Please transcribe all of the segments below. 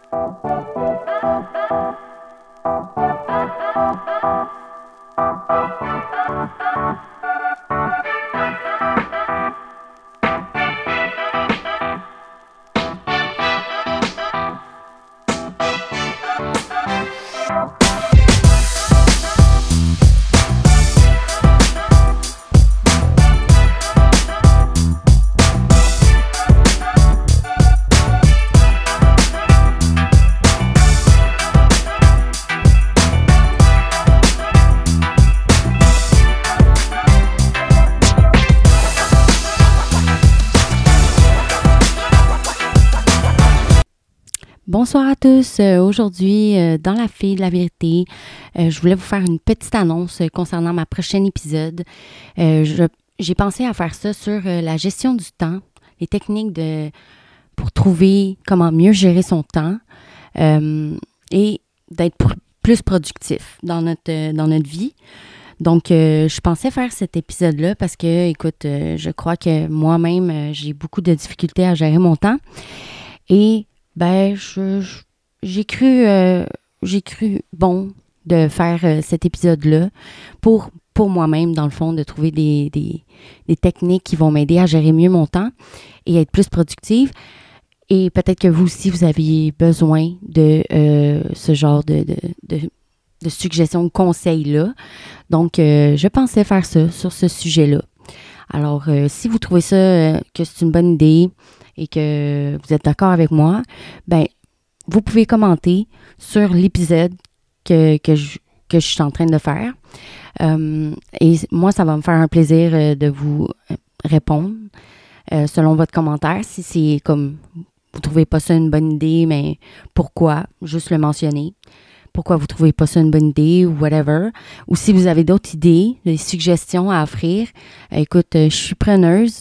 Bonsoir à tous. Aujourd'hui, dans la Fille de la vérité, je voulais vous faire une petite annonce concernant ma prochaine épisode. J'ai pensé à faire ça sur la gestion du temps, les techniques pour trouver comment mieux gérer son temps et d'être plus productif dans notre vie. Donc, je pensais faire cet épisode-là parce que, écoute, je crois que moi-même, j'ai beaucoup de difficultés à gérer mon temps. Et j'ai cru bon de faire cet épisode-là pour moi-même, dans le fond, de trouver des techniques qui vont m'aider à gérer mieux mon temps et être plus productive. Et peut-être que vous aussi, vous aviez besoin de ce genre de suggestions, de conseils-là. Donc, je pensais faire ça sur ce sujet-là. Alors, si vous trouvez ça, que c'est une bonne idée et que vous êtes d'accord avec moi, vous pouvez commenter sur l'épisode que je suis en train de faire. Et moi, ça va me faire un plaisir de vous répondre selon votre commentaire. Si c'est comme vous trouvez pas ça une bonne idée, mais pourquoi? Juste le mentionner. Pourquoi vous trouvez pas ça une bonne idée ou whatever. Ou si vous avez d'autres idées, des suggestions à offrir, écoute, je suis preneuse.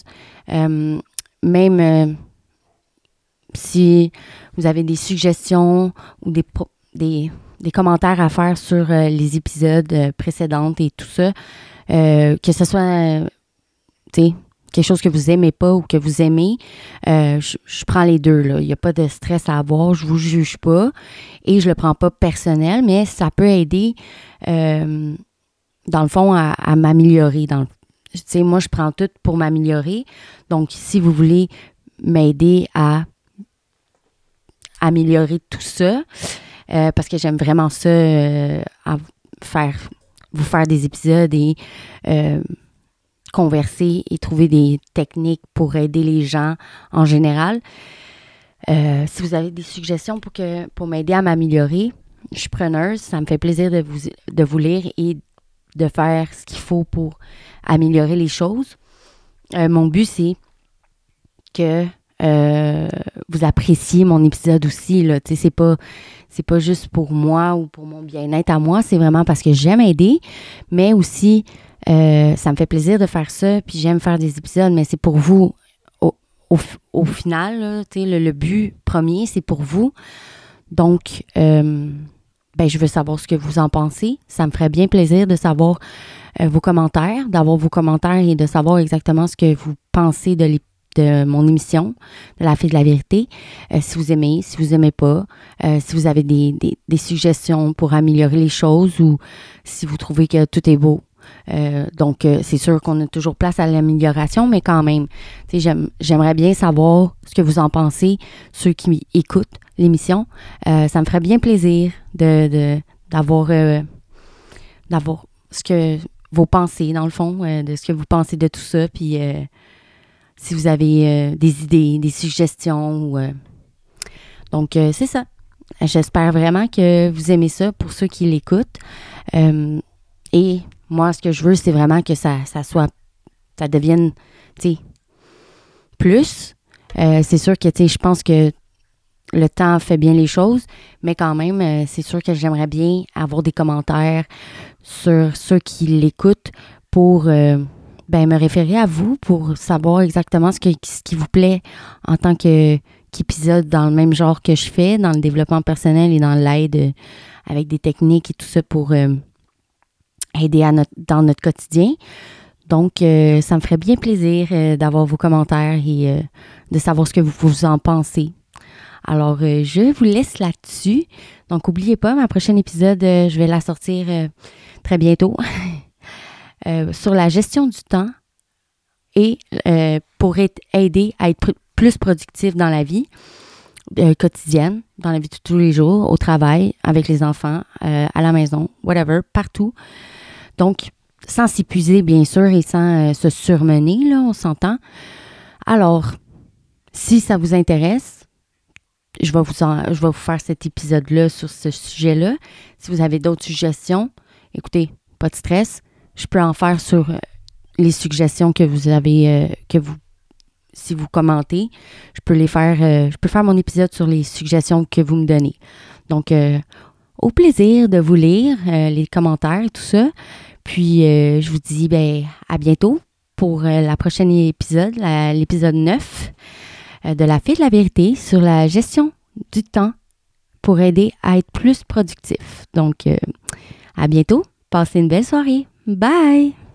Même si vous avez des suggestions ou des commentaires à faire sur les épisodes précédents et tout ça, que ce soit quelque chose que vous aimez pas ou que vous aimez, je prends les deux, là. Il n'y a pas de stress à avoir, je vous juge pas et je le prends pas personnel, mais ça peut aider dans le fond à m'améliorer. Moi, je prends tout pour m'améliorer. Donc, si vous voulez m'aider à améliorer tout ça, parce que j'aime vraiment ça, vous faire des épisodes et converser et trouver des techniques pour aider les gens en général. Si vous avez des suggestions pour m'aider à m'améliorer, je suis preneuse. Ça me fait plaisir de vous lire et de faire ce qu'il faut pour améliorer les choses. Mon but, c'est que vous appréciez mon épisode aussi, là. Tu sais, c'est pas juste pour moi ou pour mon bien-être à moi, c'est vraiment parce que j'aime aider, mais aussi ça me fait plaisir de faire ça, puis j'aime faire des épisodes, mais c'est pour vous au final, là, tu sais, le but premier, c'est pour vous. Donc, je veux savoir ce que vous en pensez. Ça me ferait bien plaisir de savoir vos commentaires, d'avoir vos commentaires et de savoir exactement ce que vous pensez de mon émission, de la Fille de la vérité. Si vous aimez, si vous aimez pas, si vous avez des suggestions pour améliorer les choses ou si vous trouvez que tout est beau. Donc, c'est sûr qu'on a toujours place à l'amélioration, mais quand même, j'aimerais bien savoir ce que vous en pensez, ceux qui écoutent l'émission. Ça me ferait bien plaisir d'avoir vos pensées, dans le fond, de ce que vous pensez de tout ça, puis si vous avez des idées, des suggestions. Donc, c'est ça. J'espère vraiment que vous aimez ça pour ceux qui l'écoutent. Et moi, ce que je veux, c'est vraiment que ça devienne, plus. C'est sûr que, je pense que le temps fait bien les choses, mais quand même, c'est sûr que j'aimerais bien avoir des commentaires sur ceux qui l'écoutent pour me référer à vous, pour savoir exactement ce qui vous plaît en tant qu'épisode dans le même genre que je fais, dans le développement personnel et dans l'aide avec des techniques et tout ça pour aider dans notre quotidien. Donc, ça me ferait bien plaisir d'avoir vos commentaires et de savoir ce que vous en pensez. Alors, je vous laisse là-dessus. Donc, n'oubliez pas, ma prochaine épisode, je vais la sortir très bientôt sur la gestion du temps et pour aider à être plus productif dans la vie quotidienne, dans la vie de tous les jours, au travail, avec les enfants, à la maison, whatever, partout. Donc, sans s'épuiser, bien sûr, et sans se surmener, là, on s'entend. Alors, si ça vous intéresse, je vais vous faire cet épisode-là sur ce sujet-là. Si vous avez d'autres suggestions, écoutez, pas de stress. Je peux en faire sur les suggestions que vous avez, si vous commentez, je peux faire mon épisode sur les suggestions que vous me donnez. Donc, au plaisir de vous lire les commentaires et tout ça. Puis, je vous dis à bientôt pour la prochaine épisode, l'épisode 9 de La Fille de la Vérité sur la gestion du temps pour aider à être plus productif. Donc, à bientôt. Passez une belle soirée. Bye!